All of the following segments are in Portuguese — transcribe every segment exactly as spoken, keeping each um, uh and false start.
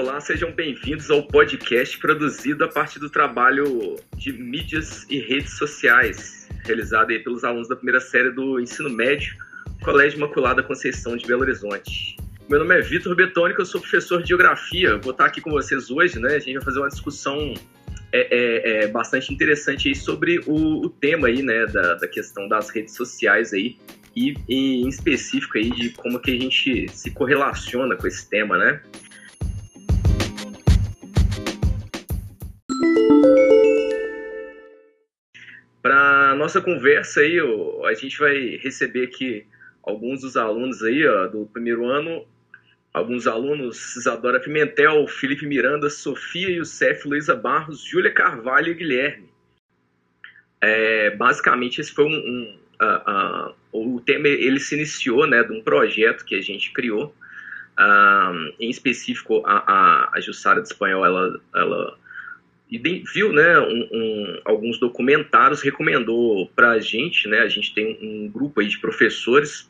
Olá, sejam bem-vindos ao podcast produzido a partir do trabalho de mídias e redes sociais, realizado aí pelos alunos da primeira série do Ensino Médio, Colégio Imaculada Conceição de Belo Horizonte. Meu nome é Vitor Betônico, eu sou professor de Geografia. Vou estar aqui com vocês hoje, né? A gente vai fazer uma discussão é, é, é, bastante interessante aí sobre o, o tema aí, né, da, da questão das redes sociais aí, e, e em específico aí de como que a gente se correlaciona com esse tema, né? Para nossa conversa aí, ó, a gente vai receber aqui alguns dos alunos aí, ó, do primeiro ano, alguns alunos: Isadora Pimentel, Felipe Miranda, Sofia Youssef, Luísa Barros, Júlia Carvalho e Guilherme. É, basicamente, esse foi um, um uh, uh, o tema, ele se iniciou, né, de um projeto que a gente criou, uh, em específico a, a, a Jussara de Espanhol, ela, ela viu, né, um, um, alguns documentários, recomendou para a gente, né, a gente tem um grupo aí de professores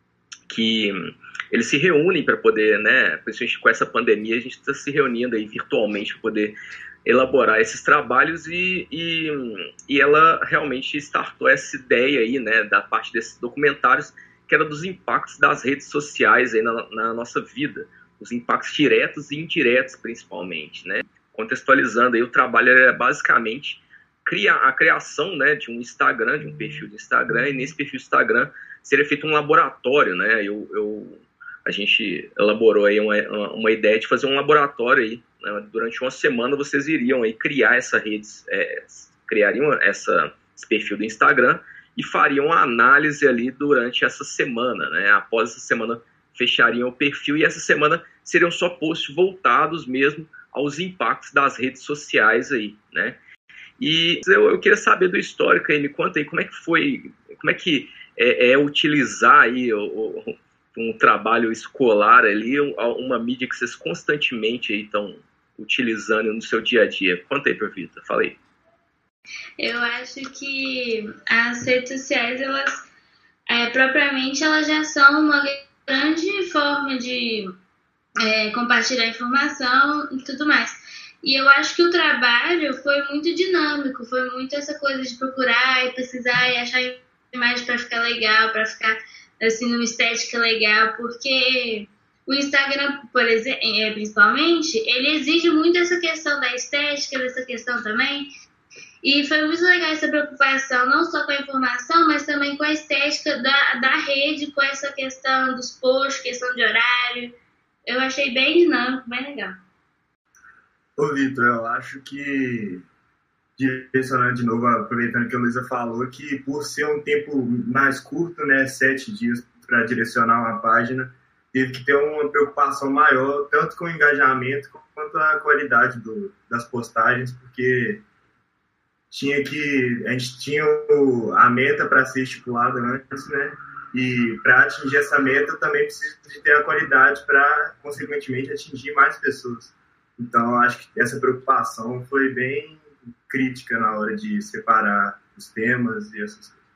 que eles se reúnem para poder, né, principalmente com essa pandemia, a gente está se reunindo aí virtualmente para poder elaborar esses trabalhos e, e, e ela realmente startou essa ideia aí, né, da parte desses documentários, que era dos impactos das redes sociais aí na, na nossa vida, os impactos diretos e indiretos principalmente, né. Contextualizando aí, o trabalho é basicamente criar a criação, né, de um Instagram, de um perfil de Instagram, e nesse perfil de Instagram seria feito um laboratório, né. Eu, eu, a gente elaborou aí uma, uma ideia de fazer um laboratório aí, né? Durante uma semana vocês iriam aí criar essa rede, é, criariam essa, esse perfil do Instagram e fariam a análise ali durante essa semana, né. Após essa semana fechariam o perfil e essa semana seriam só posts voltados mesmo aos impactos das redes sociais aí, né? E eu, eu queria saber do histórico aí, me conta aí como é que foi, como é que é, é utilizar aí o, o, um trabalho escolar ali, uma mídia que vocês constantemente aí estão utilizando no seu dia a dia. Conta aí, Vitor, fala aí. Eu acho que as redes sociais, elas, é, propriamente, elas já são uma grande forma de É, compartilhar informação e tudo mais. E eu acho que o trabalho foi muito dinâmico, foi muito essa coisa de procurar e pesquisar e achar imagem para ficar legal, para ficar assim numa estética legal, porque o Instagram, por exemplo, é, principalmente, ele exige muito essa questão da estética, dessa questão também. E foi muito legal essa preocupação, não só com a informação, mas também com a estética da, da rede, com essa questão dos posts, questão de horário. Eu achei bem dinâmico, bem legal. Ô, Vitor, eu acho que, direcionando de novo, aproveitando que a Luísa falou, que por ser um tempo mais curto, né, sete dias para direcionar uma página, teve que ter uma preocupação maior, tanto com o engajamento quanto a qualidade do, das postagens, porque tinha que, a gente tinha o, a meta para ser estipulada antes, né? E para atingir essa meta também precisa de ter a qualidade para, consequentemente, atingir mais pessoas. Então, eu acho que essa preocupação foi bem crítica na hora de separar os temas e essas coisas.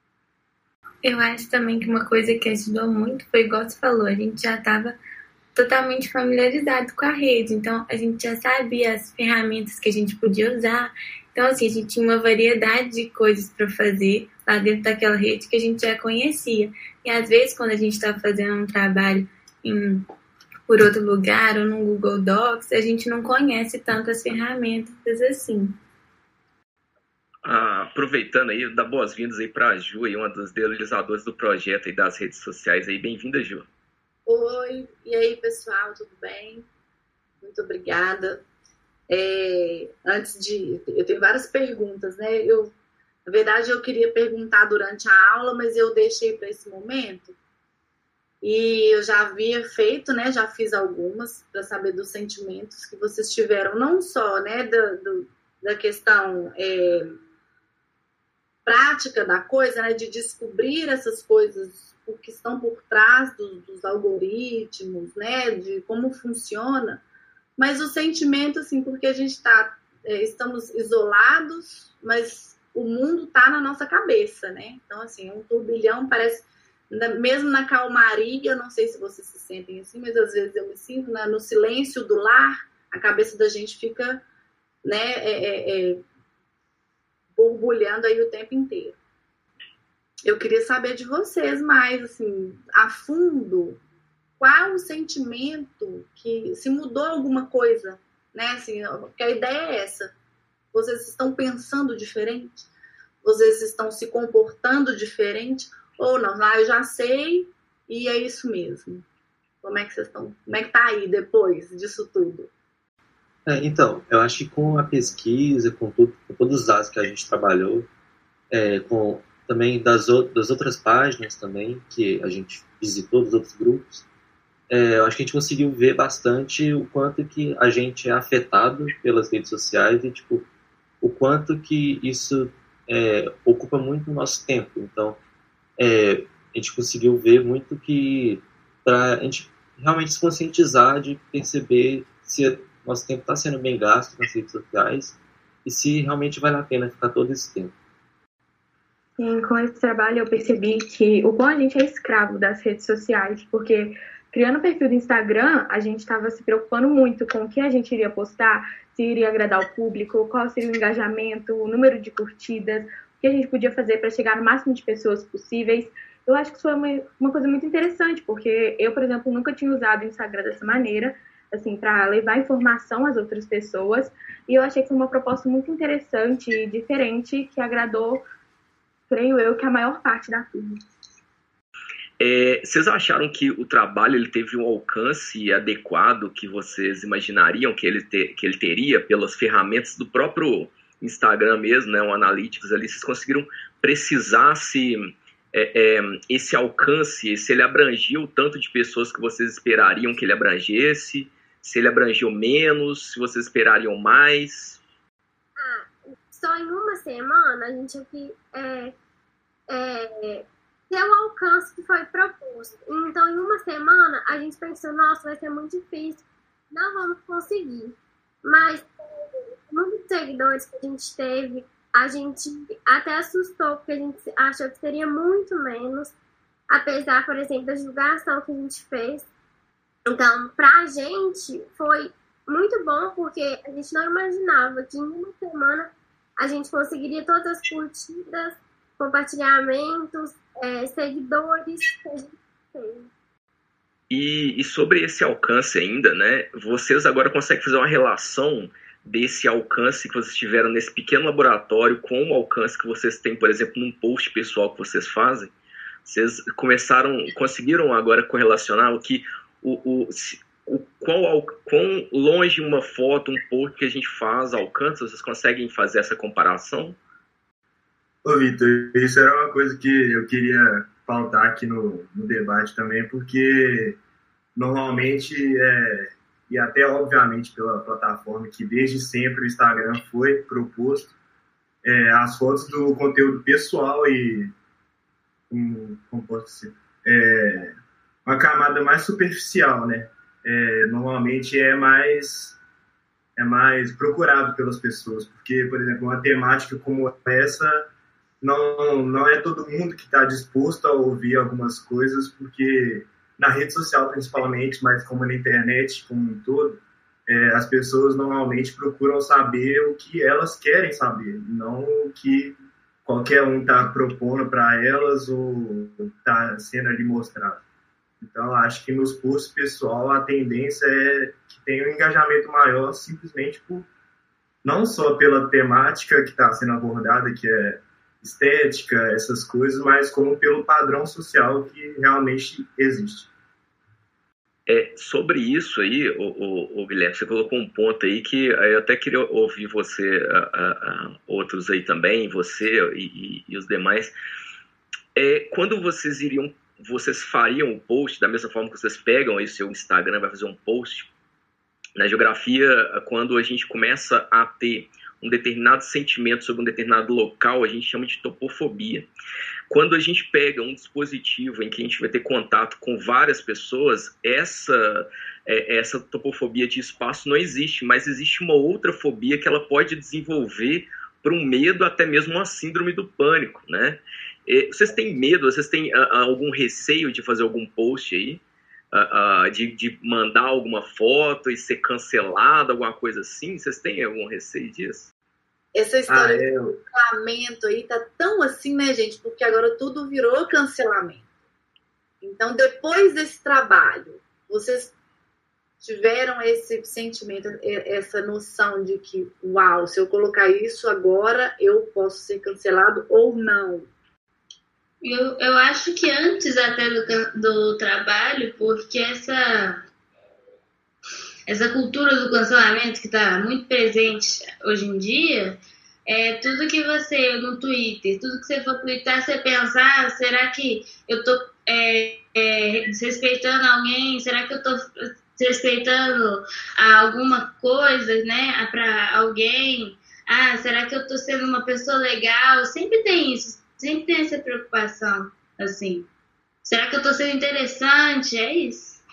Eu acho também que uma coisa que ajudou muito foi, igual você falou, a gente já estava totalmente familiarizado com a rede, então a gente já sabia as ferramentas que a gente podia usar. Então, assim, a gente tinha uma variedade de coisas para fazer lá dentro daquela rede que a gente já conhecia. E, às vezes, quando a gente está fazendo um trabalho em, por outro lugar ou no Google Docs, a gente não conhece tanto as ferramentas assim. Ah, aproveitando aí, dá boas-vindas aí para a Ju, aí, uma das idealizadoras do projeto aí das redes sociais. Aí. Bem-vinda, Ju. Oi, e aí, pessoal, tudo bem? Muito obrigada. É, antes de... Eu tenho várias perguntas, né? Eu, na verdade, eu queria perguntar durante a aula, mas eu deixei para esse momento. E eu já havia feito, né? Já fiz algumas para saber dos sentimentos que vocês tiveram, não só, né? Da, do, da questão é, prática da coisa, né? De descobrir essas coisas o que estão por trás do, dos algoritmos, né? De como funciona. Mas o sentimento, assim, porque a gente tá, é, estamos isolados, mas o mundo tá na nossa cabeça, né? Então, assim, um turbilhão parece, mesmo na calmaria, eu não sei se vocês se sentem assim, mas às vezes eu me sinto, né, no silêncio do lar, a cabeça da gente fica, né, é, é, é, borbulhando aí o tempo inteiro. Eu queria saber de vocês mais, assim, a fundo, qual o sentimento que, se mudou alguma coisa, né, assim, porque a ideia é essa. Vocês estão pensando diferente? Vocês estão se comportando diferente? Ou não? Ah, eu já sei e é isso mesmo. Como é que vocês estão? Como é que tá aí depois disso tudo? É, então, eu acho que com a pesquisa, com, tudo, com todos os dados que a gente trabalhou, é, com também das, das outras páginas também, que a gente visitou, dos outros grupos, é, eu acho que a gente conseguiu ver bastante o quanto que a gente é afetado pelas redes sociais e, tipo, o quanto que isso é, ocupa muito o nosso tempo. Então, é, a gente conseguiu ver muito que, para a gente realmente se conscientizar de perceber se nosso tempo está sendo bem gasto nas redes sociais e se realmente vale a pena ficar todo esse tempo. Sim, com esse trabalho eu percebi que o quão a gente é escravo das redes sociais, porque criando o perfil do Instagram, a gente estava se preocupando muito com o que a gente iria postar, se iria agradar o público, qual seria o engajamento, o número de curtidas, o que a gente podia fazer para chegar no máximo de pessoas possíveis. Eu acho que isso é uma, uma coisa muito interessante, porque eu, por exemplo, nunca tinha usado o Instagram dessa maneira, assim, para levar informação às outras pessoas, e eu achei que foi uma proposta muito interessante e diferente, que agradou, creio eu, que a maior parte da turma. É, vocês acharam que o trabalho ele teve um alcance adequado que vocês imaginariam que ele, te, que ele teria pelas ferramentas do próprio Instagram mesmo, né, o Analytics ali? Vocês conseguiram precisar se é, é, esse alcance, se ele abrangiu o tanto de pessoas que vocês esperariam que ele abrangesse, se ele abrangeu menos, se vocês esperariam mais? Ah, só em uma semana a gente aqui é, é, ter o alcance que foi proposto. Então, em uma semana, a gente pensou, nossa, vai ser muito difícil, não vamos conseguir. Mas, muitos seguidores que a gente teve, a gente até assustou, porque a gente achou que seria muito menos, apesar, por exemplo, da divulgação que a gente fez. Então, pra gente, foi muito bom, porque a gente não imaginava que em uma semana a gente conseguiria todas as curtidas, compartilhamentos, é, seguidores que a gente tem. E, e sobre esse alcance ainda, né? Vocês agora conseguem fazer uma relação desse alcance que vocês tiveram nesse pequeno laboratório com o alcance que vocês têm, por exemplo, num post pessoal que vocês fazem? Vocês começaram, conseguiram agora correlacionar o que o, o, o quão, quão longe uma foto, um post que a gente faz alcança? Vocês conseguem fazer essa comparação? Ô, Vitor, isso era uma coisa que eu queria pautar aqui no, no debate também, porque normalmente, é, e até obviamente pela plataforma que desde sempre o Instagram foi proposto, é, as fotos do conteúdo pessoal e um, como posso dizer, é, uma camada mais superficial, né? É, normalmente é mais, é mais procurado pelas pessoas, porque, por exemplo, uma temática como essa Não, não é todo mundo que está disposto a ouvir algumas coisas, porque na rede social principalmente, mas como na internet como um todo, é, as pessoas normalmente procuram saber o que elas querem saber, não o que qualquer um está propondo para elas ou está sendo ali mostrado. Então, acho que nos posts pessoal a tendência é que tenha um engajamento maior simplesmente por, não só pela temática que está sendo abordada, que é estética, essas coisas, mas como pelo padrão social que realmente existe. É, sobre isso aí, o, o, o Guilherme, você colocou um ponto aí que eu até queria ouvir você, a, a, a, outros aí também, você e, e, e os demais. É, quando vocês iriam, vocês fariam um post, da mesma forma que vocês pegam aí o seu Instagram, vai fazer um post, na geografia, quando a gente começa a ter um determinado sentimento sobre um determinado local, a gente chama de topofobia. Quando a gente pega um dispositivo em que a gente vai ter contato com várias pessoas, essa, é, essa topofobia de espaço não existe, mas existe uma outra fobia que ela pode desenvolver para um medo, até mesmo uma síndrome do pânico, né? E vocês têm medo, vocês têm a, a, algum receio de fazer algum post aí? uh, uh, de, de mandar alguma foto e ser cancelado, alguma coisa assim? Vocês têm algum receio disso? Essa história Ah, é. do cancelamento aí tá tão assim, né, gente? Porque agora tudo virou cancelamento. Então, depois desse trabalho, vocês tiveram esse sentimento, essa noção de que, uau, se eu colocar isso agora, eu posso ser cancelado ou não? Eu, eu acho que antes até do, do trabalho, porque essa, essa cultura do cancelamento que está muito presente hoje em dia, é tudo que você, no Twitter, tudo que você for twittar, você pensar, ah, será que eu tô é, é, desrespeitando alguém? Será que eu tô desrespeitando alguma coisa, né, para alguém? Ah, será que eu tô sendo uma pessoa legal? Sempre tem isso. Sempre tem essa preocupação, assim. Será que eu tô sendo interessante? É isso?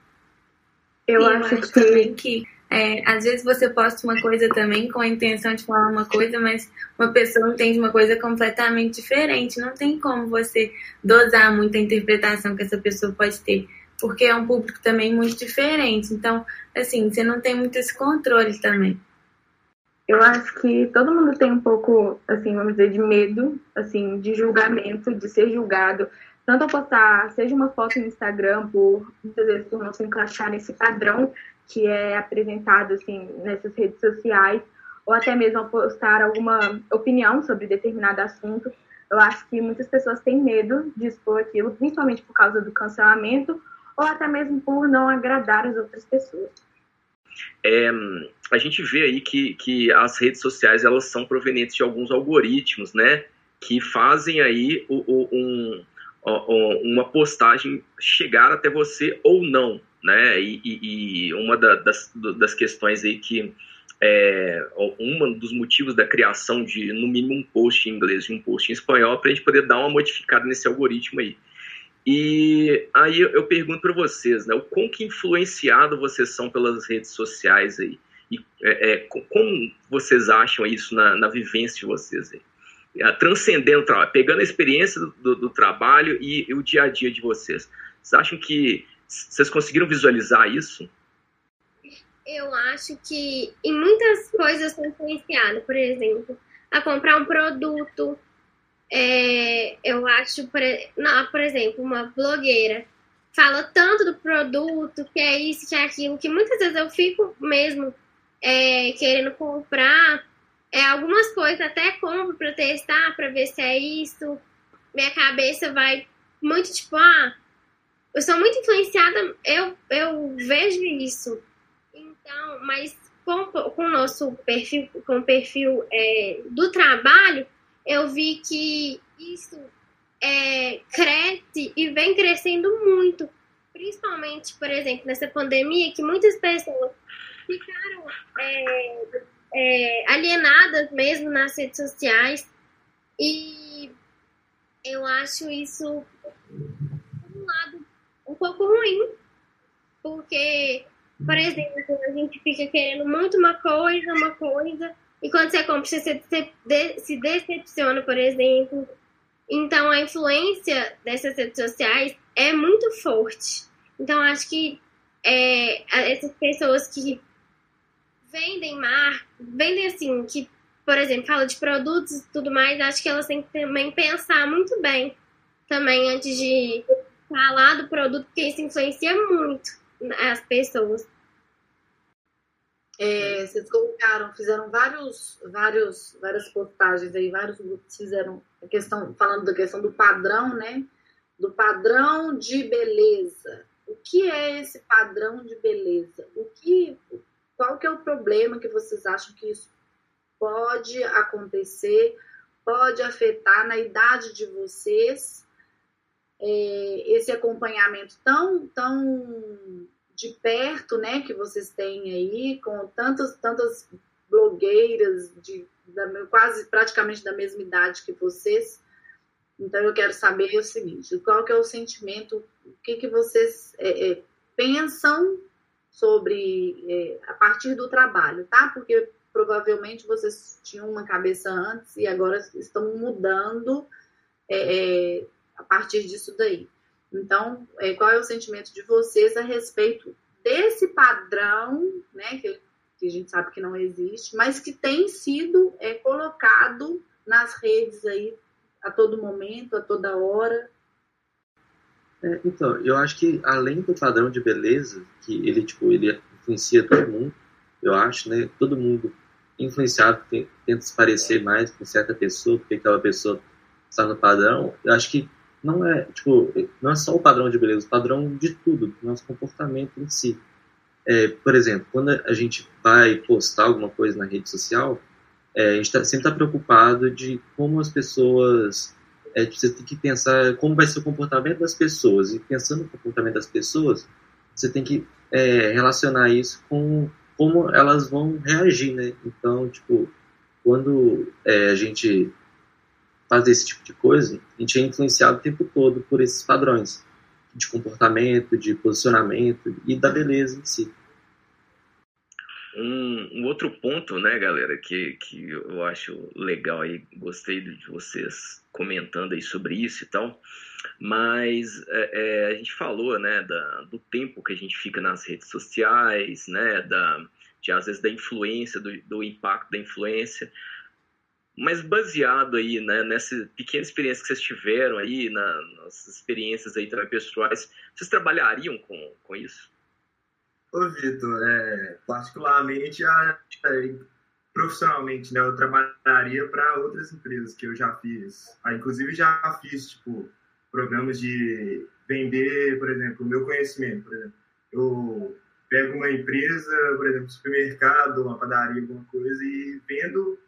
Eu, eu acho, acho que... também que, é, às vezes você posta uma coisa também com a intenção de falar uma coisa, mas uma pessoa entende uma coisa completamente diferente. Não tem como você dosar muito a interpretação que essa pessoa pode ter, porque é um público também muito diferente. Então, assim, você não tem muito esse controle também. Eu acho que todo mundo tem um pouco, assim, vamos dizer, de medo, assim, de julgamento, de ser julgado. Tanto ao postar, seja uma foto no Instagram, por, muitas vezes, por não se encaixar nesse padrão que é apresentado, assim, nessas redes sociais, ou até mesmo ao postar alguma opinião sobre determinado assunto. Eu acho que muitas pessoas têm medo de expor aquilo, principalmente por causa do cancelamento, ou até mesmo por não agradar as outras pessoas. É, a gente vê aí que, que as redes sociais, elas são provenientes de alguns algoritmos, né, que fazem aí o, o, um, o, uma postagem chegar até você ou não, né, e, e uma da, das, das questões aí que é um dos motivos da criação de, no mínimo, um post em inglês e um post em espanhol, para a gente poder dar uma modificada nesse algoritmo aí. E aí eu pergunto para vocês, né, o quão que influenciado vocês são pelas redes sociais aí? E é, é, como vocês acham isso na, na vivência de vocês aí? É, transcendendo o trabalho, pegando a experiência do, do, do trabalho e, e o dia a dia de vocês. Vocês acham que vocês conseguiram visualizar isso? Eu acho que em muitas coisas são influenciadas. Por exemplo, a comprar um produto. É, eu acho, por, não, por exemplo, uma blogueira fala tanto do produto, que é isso, que é aquilo, que muitas vezes eu fico mesmo é, querendo comprar é, algumas coisas, até compro para testar, para ver se é isso. Minha cabeça vai muito tipo, ah, eu sou muito influenciada, eu, eu vejo isso. Então, mas com, com o nosso perfil, com o perfil é, do trabalho, eu vi que isso é, cresce e vem crescendo muito. Principalmente, por exemplo, nessa pandemia, que muitas pessoas ficaram é, é, alienadas mesmo nas redes sociais. E eu acho isso, por um lado, um pouco ruim. Porque, por exemplo, a gente fica querendo muito uma coisa, uma coisa... E quando você compra, você se decepciona, por exemplo. Então, a influência dessas redes sociais é muito forte. Então, acho que é, essas pessoas que vendem mar, vendem assim, que, por exemplo, fala de produtos e tudo mais, acho que elas têm que também pensar muito bem também antes de falar do produto, porque isso influencia muito as pessoas. É, vocês colocaram, fizeram vários, vários, várias postagens aí, vários grupos fizeram a questão, falando da questão do padrão, né? Do padrão de beleza. O que é esse padrão de beleza? O que, qual que é o problema que vocês acham que isso pode acontecer, pode afetar na idade de vocês, é, esse acompanhamento tão, tão de perto, né, que vocês têm aí, com tantas, tantas blogueiras de, da, quase praticamente da mesma idade que vocês. Então, eu quero saber o seguinte, qual que é o sentimento, o que, que vocês é, é, pensam sobre, é, a partir do trabalho, tá? Porque provavelmente vocês tinham uma cabeça antes e agora estão mudando é, é, a partir disso daí. Então, é, qual é o sentimento de vocês a respeito desse padrão, né, que, que a gente sabe que não existe, mas que tem sido é, colocado nas redes aí a todo momento, a toda hora? É, então, eu acho que além do padrão de beleza, que ele, tipo, ele influencia todo mundo, eu acho, né? Todo mundo influenciado tem, tenta se parecer mais com certa pessoa, porque aquela pessoa está no padrão. Eu acho que não é, tipo, não é só o padrão de beleza, o padrão de tudo, do nosso comportamento em si. É, por exemplo, quando a gente vai postar alguma coisa na rede social, é, a gente tá, sempre está preocupado de como as pessoas... É, você tem que pensar como vai ser o comportamento das pessoas. E pensando no comportamento das pessoas, você tem que é, relacionar isso com como elas vão reagir, né? Então, tipo, quando é, a gente faz esse tipo de coisa, a gente é influenciado o tempo todo por esses padrões de comportamento, de posicionamento e da beleza em si. Um, um outro ponto, né, galera, que, que eu acho legal aí, gostei de vocês comentando aí sobre isso e tal, mas é, é, a gente falou, né, da, do tempo que a gente fica nas redes sociais, né, da, de, às vezes da influência, do, do impacto da influência, mas baseado aí, né, nessa pequena experiência que vocês tiveram aí, na, nas experiências aí também pessoais, vocês trabalhariam com, com isso? Ô, Vitor, é, particularmente, a, é, profissionalmente, né, eu trabalharia para outras empresas que eu já fiz. Ah, inclusive, já fiz, tipo, programas de vender, por exemplo, o meu conhecimento, por exemplo. Eu pego uma empresa, por exemplo, um supermercado, uma padaria, alguma coisa, e vendo,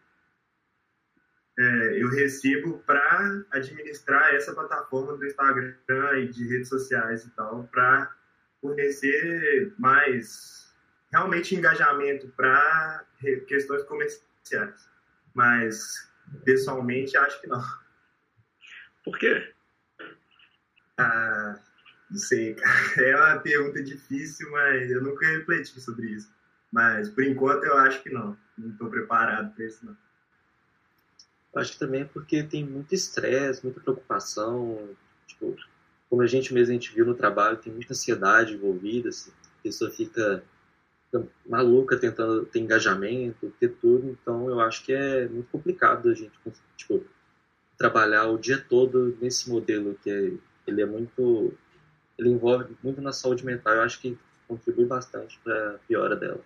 é, eu recebo para administrar essa plataforma do Instagram e de redes sociais e tal, para fornecer mais, realmente, engajamento para questões comerciais. Mas, pessoalmente, acho que não. Por quê? Ah, não sei, cara. É uma pergunta difícil, mas eu nunca refleti sobre isso. Mas, por enquanto, eu acho que não. Não estou preparado para isso, não. Eu acho que também é porque tem muito estresse, muita preocupação, tipo... Como a gente mesmo a gente viu no trabalho, tem muita ansiedade envolvida, assim, a pessoa fica, fica maluca tentando ter engajamento, ter tudo, então eu acho que é muito complicado a gente, tipo, trabalhar o dia todo nesse modelo, que é, ele é muito, ele envolve muito na saúde mental, eu acho que contribui bastante para a piora dela.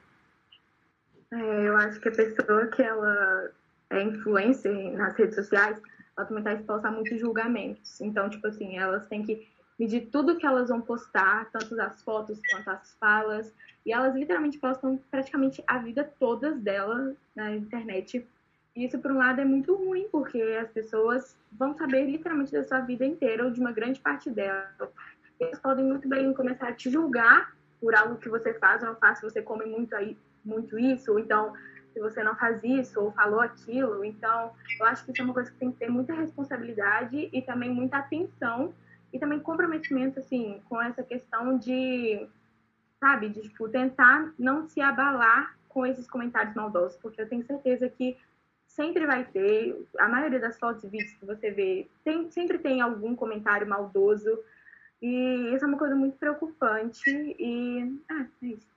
É, eu acho que a pessoa que ela é influencer nas redes sociais, ela também está exposta a muitos julgamentos. Então, tipo assim, elas têm que medir tudo que elas vão postar, tanto as fotos quanto as falas, e elas literalmente postam praticamente a vida toda dela na internet. E isso, por um lado, é muito ruim, porque as pessoas vão saber literalmente da sua vida inteira, ou de uma grande parte dela. E elas podem muito bem começar a te julgar por algo que você faz ou não faz, se você come muito, aí, muito isso, ou então se você não faz isso ou falou aquilo. Então, eu acho que isso é uma coisa que tem que ter muita responsabilidade e também muita atenção e também comprometimento, assim, com essa questão de, sabe, de, tipo, tentar não se abalar com esses comentários maldosos, porque eu tenho certeza que sempre vai ter, a maioria das fotos e vídeos que você vê, tem, sempre tem algum comentário maldoso, e isso é uma coisa muito preocupante, e, ah, é isso.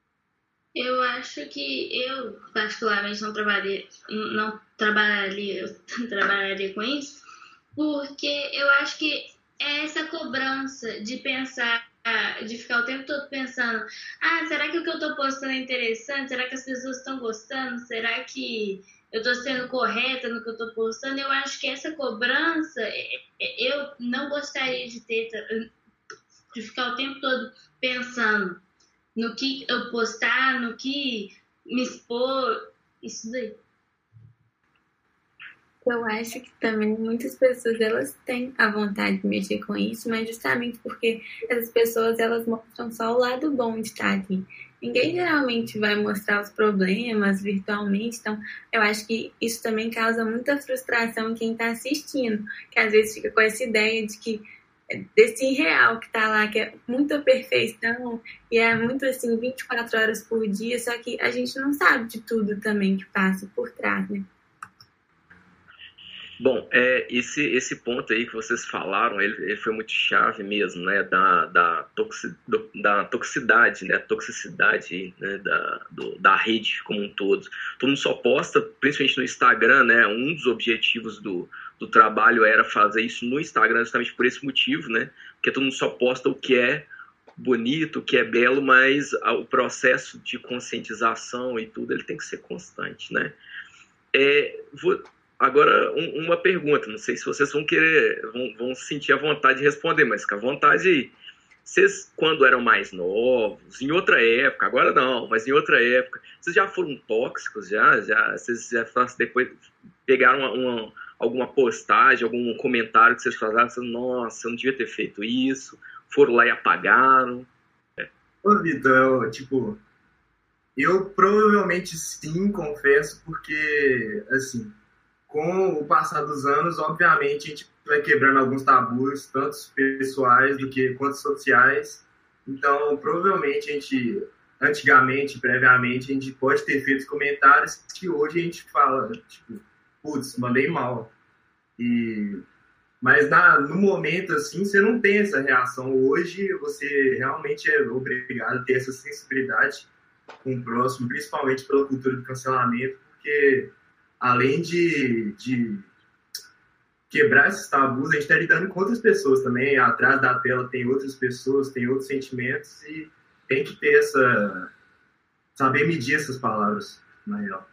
Eu acho que eu, particularmente, não trabalharia, não trabalharia, trabalharia com isso, porque eu acho que é essa cobrança de pensar, de ficar o tempo todo pensando, ah, será que o que eu tô postando é interessante? Será que as pessoas estão gostando? Será que eu tô sendo correta no que eu tô postando? Eu acho que essa cobrança, eu não gostaria de ter, de ficar o tempo todo pensando no que eu postar, no que me expor, isso daí. Eu acho que também muitas pessoas, elas têm a vontade de mexer com isso, mas justamente porque essas pessoas, elas mostram só o lado bom de estar ali. Ninguém geralmente vai mostrar os problemas virtualmente, então eu acho que isso também causa muita frustração em quem está assistindo, que às vezes fica com essa ideia de que desse irreal que tá lá, que é muita perfeição e é muito assim, vinte e quatro horas por dia, só que a gente não sabe de tudo também que passa por trás, né? Bom, é, esse, esse ponto aí que vocês falaram, ele, ele foi muito chave mesmo, né, da, da, toxi, do, da toxicidade, né, toxicidade, né, da, do, da rede como um todo. Todo mundo só posta, principalmente no Instagram, né, um dos objetivos do, do trabalho era fazer isso no Instagram justamente por esse motivo, né, porque todo mundo só posta o que é bonito, o que é belo, mas o processo de conscientização e tudo, ele tem que ser constante, né. É, vou... Agora, um, uma pergunta, não sei se vocês vão querer, vão, vão sentir a vontade de responder, mas fica à vontade aí. Vocês, quando eram mais novos, em outra época, agora não, mas em outra época, vocês já foram tóxicos, já? já vocês já depois pegaram uma, uma, alguma postagem, algum comentário que vocês falaram, assim, nossa, eu não devia ter feito isso, foram lá e apagaram? É. Ô, Vitor, eu, tipo, eu provavelmente sim, confesso, porque, assim... Com o passar dos anos, obviamente, a gente vai quebrando alguns tabus, tanto pessoais do que quanto sociais. Então, provavelmente, a gente, antigamente, previamente, a gente pode ter feito comentários que hoje a gente fala, tipo, putz, mandei mal. E... Mas na, no momento, assim, você não tem essa reação. Hoje, você realmente é obrigado a ter essa sensibilidade com o próximo, principalmente pela cultura do cancelamento, porque... Além de, de quebrar esses tabus, a gente está lidando com outras pessoas também. Atrás da tela tem outras pessoas, tem outros sentimentos e tem que ter essa... saber medir essas palavras, na real.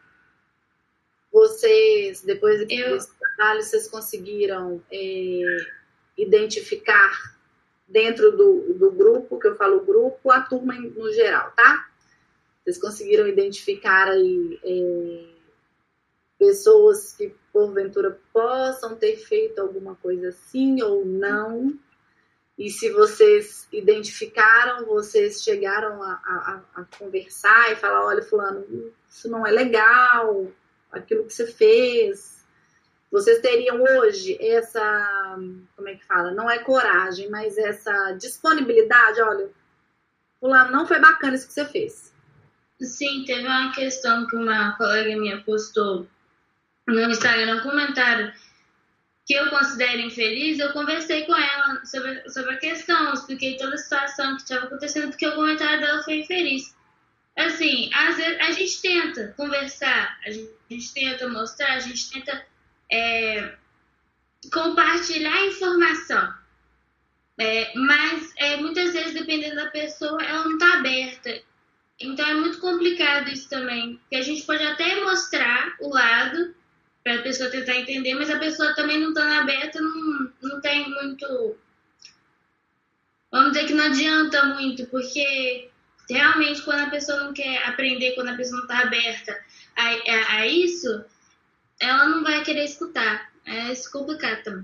Vocês, depois desse Eu... trabalho, vocês conseguiram é, identificar dentro do, do grupo, que eu falo grupo, a turma no geral, tá? Vocês conseguiram identificar aí... É, pessoas que, porventura, possam ter feito alguma coisa assim ou não. E se vocês identificaram, vocês chegaram a, a, a conversar e falar, olha, fulano, isso não é legal, aquilo que você fez. Vocês teriam hoje essa, como é que fala? Não é coragem, mas essa disponibilidade, olha, fulano, não foi bacana isso que você fez. Sim, teve uma questão que uma colega minha postou no Instagram, um comentário que eu considero infeliz. Eu conversei com ela sobre, sobre a questão, expliquei toda a situação que estava acontecendo, porque o comentário dela foi infeliz. Assim, às vezes a gente tenta conversar, a gente, a gente tenta mostrar, a gente tenta é, compartilhar a informação, é, mas é, muitas vezes, dependendo da pessoa, ela não está aberta. Então é muito complicado isso também, porque a gente pode até mostrar o lado para a pessoa tentar entender, mas a pessoa também não estando aberta, não, não tem muito... Vamos dizer que não adianta muito, porque realmente quando a pessoa não quer aprender, quando a pessoa não está aberta a, a, a isso, ela não vai querer escutar. É isso complicado também.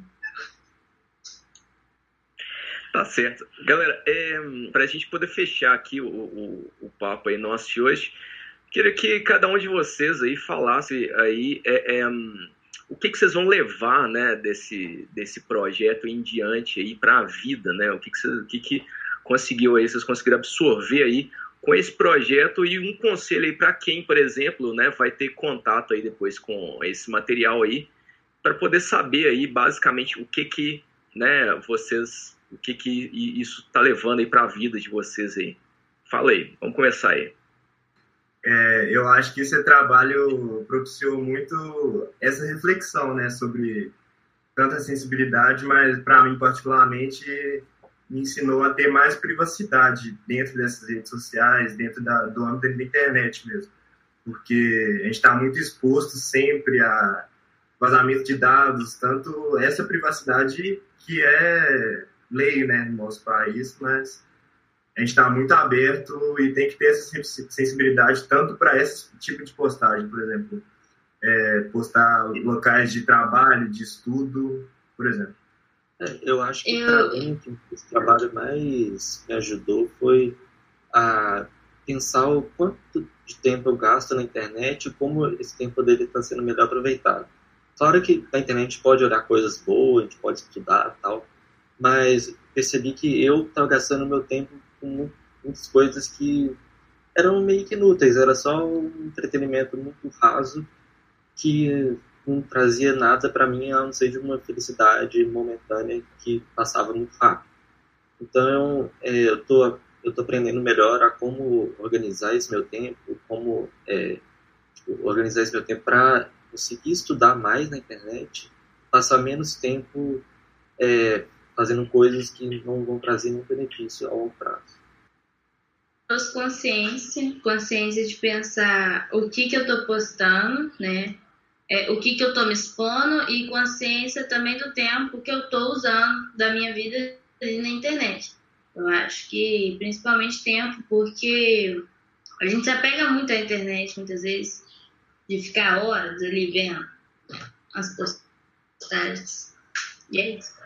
Tá certo. Galera, é, para a gente poder fechar aqui o, o, o papo aí nosso de hoje, queria que cada um de vocês aí falasse aí é, é, o que, que vocês vão levar, né, desse, desse projeto em diante aí para a vida, né? O que, que, vocês, o que, que conseguiu aí, vocês conseguiram absorver aí com esse projeto, e um conselho aí para quem, por exemplo, né, vai ter contato aí depois com esse material aí, para poder saber aí basicamente o que que, né, vocês... O que, que isso está levando aí para a vida de vocês aí? Fala aí, vamos começar aí. É, eu acho que esse trabalho propiciou muito essa reflexão, né, sobre tanta sensibilidade, mas para mim particularmente me ensinou a ter mais privacidade dentro dessas redes sociais, dentro da, do âmbito da internet mesmo. Porque a gente está muito exposto sempre a vazamento de dados, tanto essa privacidade que é... lei, né, no nosso país, mas a gente está muito aberto e tem que ter essa sensibilidade tanto para esse tipo de postagem, por exemplo, é, postar locais de trabalho, de estudo, por exemplo. É, eu acho que eu... para mim esse trabalho mais me ajudou foi a pensar o quanto de tempo eu gasto na internet e como esse tempo dele está sendo melhor aproveitado. Claro que na internet a gente pode olhar coisas boas, a gente pode estudar e tal, mas percebi que eu estava gastando meu tempo com muitas coisas que eram meio que inúteis, era só um entretenimento muito raso que não trazia nada para mim, a não ser de uma felicidade momentânea que passava muito rápido. Então, é, eu tô, eu tô aprendendo melhor a como organizar esse meu tempo, como é, tipo, organizar esse meu tempo para conseguir estudar mais na internet, passar menos tempo é, fazendo coisas que não vão trazer nenhum benefício a longo prazo. Consciência, consciência de pensar o que, que eu estou postando, né? É, o que, que eu estou me expondo, e consciência também do tempo que eu estou usando da minha vida na internet. Eu acho que principalmente tempo, porque a gente se apega muito à internet muitas vezes, de ficar horas ali vendo as postagens. E é isso.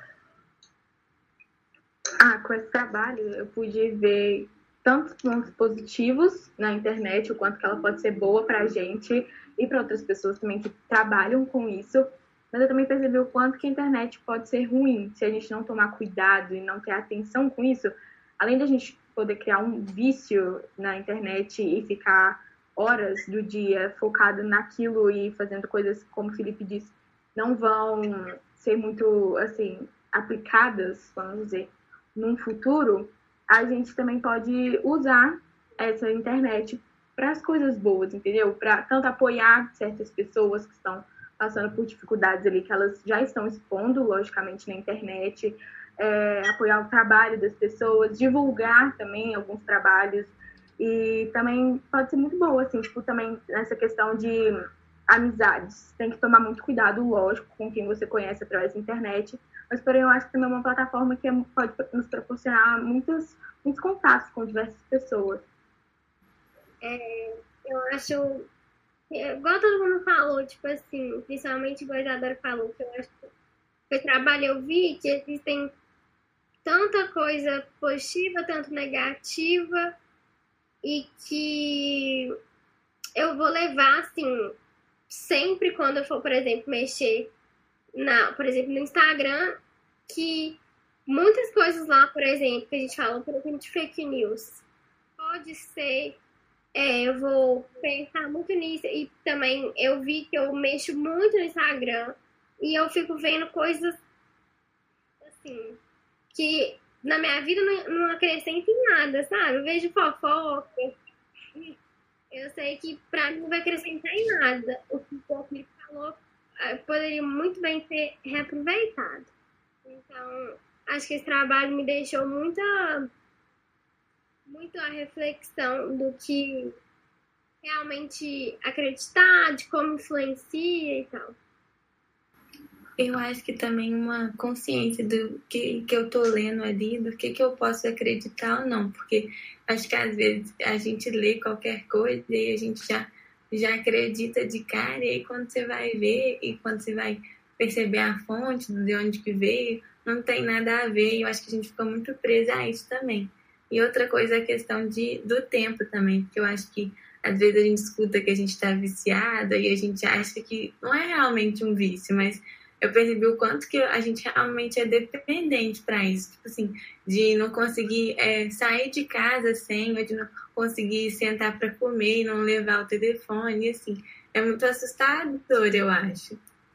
Ah, com esse trabalho eu pude ver tantos pontos positivos na internet, o quanto que ela pode ser boa pra gente e para outras pessoas também que trabalham com isso, mas eu também percebi o quanto que a internet pode ser ruim se a gente não tomar cuidado e não ter atenção com isso. Além da gente poder criar um vício na internet e ficar horas do dia focado naquilo e fazendo coisas, como o Felipe disse, não vão ser muito, assim, aplicadas, vamos dizer, num futuro, a gente também pode usar essa internet para as coisas boas, entendeu? Para tanto apoiar certas pessoas que estão passando por dificuldades ali, que elas já estão expondo, logicamente, na internet, é, apoiar o trabalho das pessoas, divulgar também alguns trabalhos, e também pode ser muito boa, assim, tipo, também nessa questão de amizades. Tem que tomar muito cuidado, lógico, com quem você conhece através da internet, mas, porém, eu acho que também é uma plataforma que pode nos proporcionar muitos, muitos contatos com diversas pessoas. É, eu acho, igual todo mundo falou, tipo assim, principalmente igual a Isadora falou, que eu acho que foi trabalho, eu vi que existem tanta coisa positiva, tanto negativa, e que eu vou levar, assim, sempre quando eu for, por exemplo, mexer Na, por exemplo, no Instagram, que muitas coisas lá, por exemplo, que a gente fala, por exemplo, de fake news, pode ser, é, eu vou pensar muito nisso, e também eu vi que eu mexo muito no Instagram, e eu fico vendo coisas, assim, que na minha vida não, não acrescentam em nada, sabe? Eu vejo fofoca, eu sei que pra mim não vai acrescentar em nada o que o Felipe falou, poderia muito bem ser reaproveitado. Então, acho que esse trabalho me deixou muita, muito a reflexão do que realmente acreditar, de como influencia e tal. Eu acho que também uma consciência do que, que eu tô lendo ali, do que, que eu posso acreditar ou não, porque acho que às vezes a gente lê qualquer coisa e a gente já já acredita de cara, e aí quando você vai ver e quando você vai perceber a fonte, de onde que veio, não tem nada a ver, e eu acho que a gente ficou muito presa a isso também. E outra coisa é a questão de, do tempo também, porque eu acho que às vezes a gente escuta que a gente está viciada e a gente acha que não é realmente um vício, mas eu percebi o quanto que a gente realmente é dependente para isso. Tipo assim, de não conseguir é, sair de casa sem, ou de não conseguir sentar para comer e não levar o telefone, assim. É muito assustador, eu acho.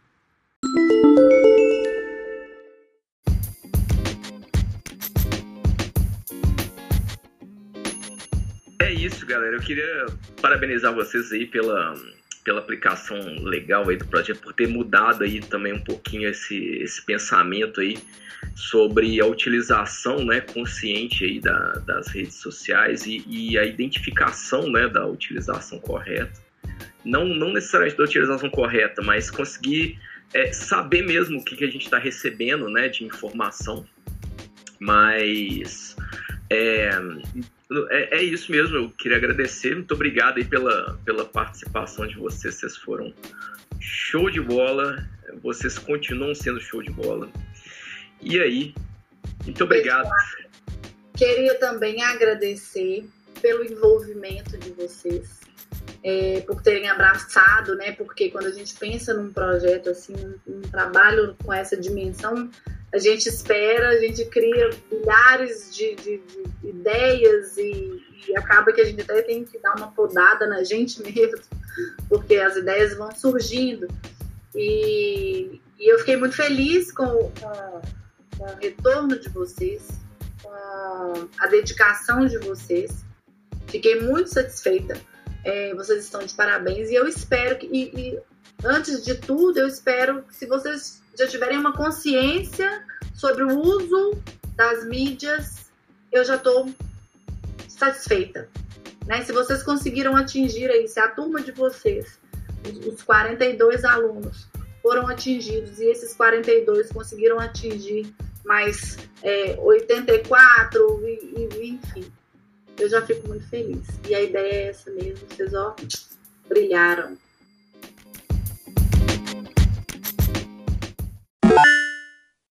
É isso, galera. Eu queria parabenizar vocês aí pela... pela aplicação legal aí do projeto, por ter mudado aí também um pouquinho esse, esse pensamento aí sobre a utilização, né, consciente aí da, das redes sociais e, e a identificação, né, da utilização correta. Não, não necessariamente da utilização correta, mas conseguir é, saber mesmo o que, que a gente está recebendo, né, de informação. Mas é, é, é isso mesmo, eu queria agradecer, muito obrigado aí pela, pela participação de vocês, vocês foram show de bola, vocês continuam sendo show de bola. E aí, muito obrigado. Queria também agradecer pelo envolvimento de vocês, é, por terem abraçado, né? Porque quando a gente pensa num projeto assim, um, um trabalho com essa dimensão, a gente espera, a gente cria milhares de, de, de ideias e, e acaba que a gente até tem que dar uma podada na gente mesmo, porque as ideias vão surgindo. E, e eu fiquei muito feliz com, com, com o retorno de vocês, com a dedicação de vocês. Fiquei muito satisfeita. É, vocês estão de parabéns. E eu espero que, e, e, antes de tudo, eu espero que se vocês já tiverem uma consciência sobre o uso das mídias, eu já estou satisfeita. Né? Se vocês conseguiram atingir aí, se a turma de vocês, os quarenta e dois alunos foram atingidos e esses quarenta e dois conseguiram atingir mais é, oitenta e quatro, e, e, enfim, eu já fico muito feliz. E a ideia é essa mesmo, vocês ó, brilharam.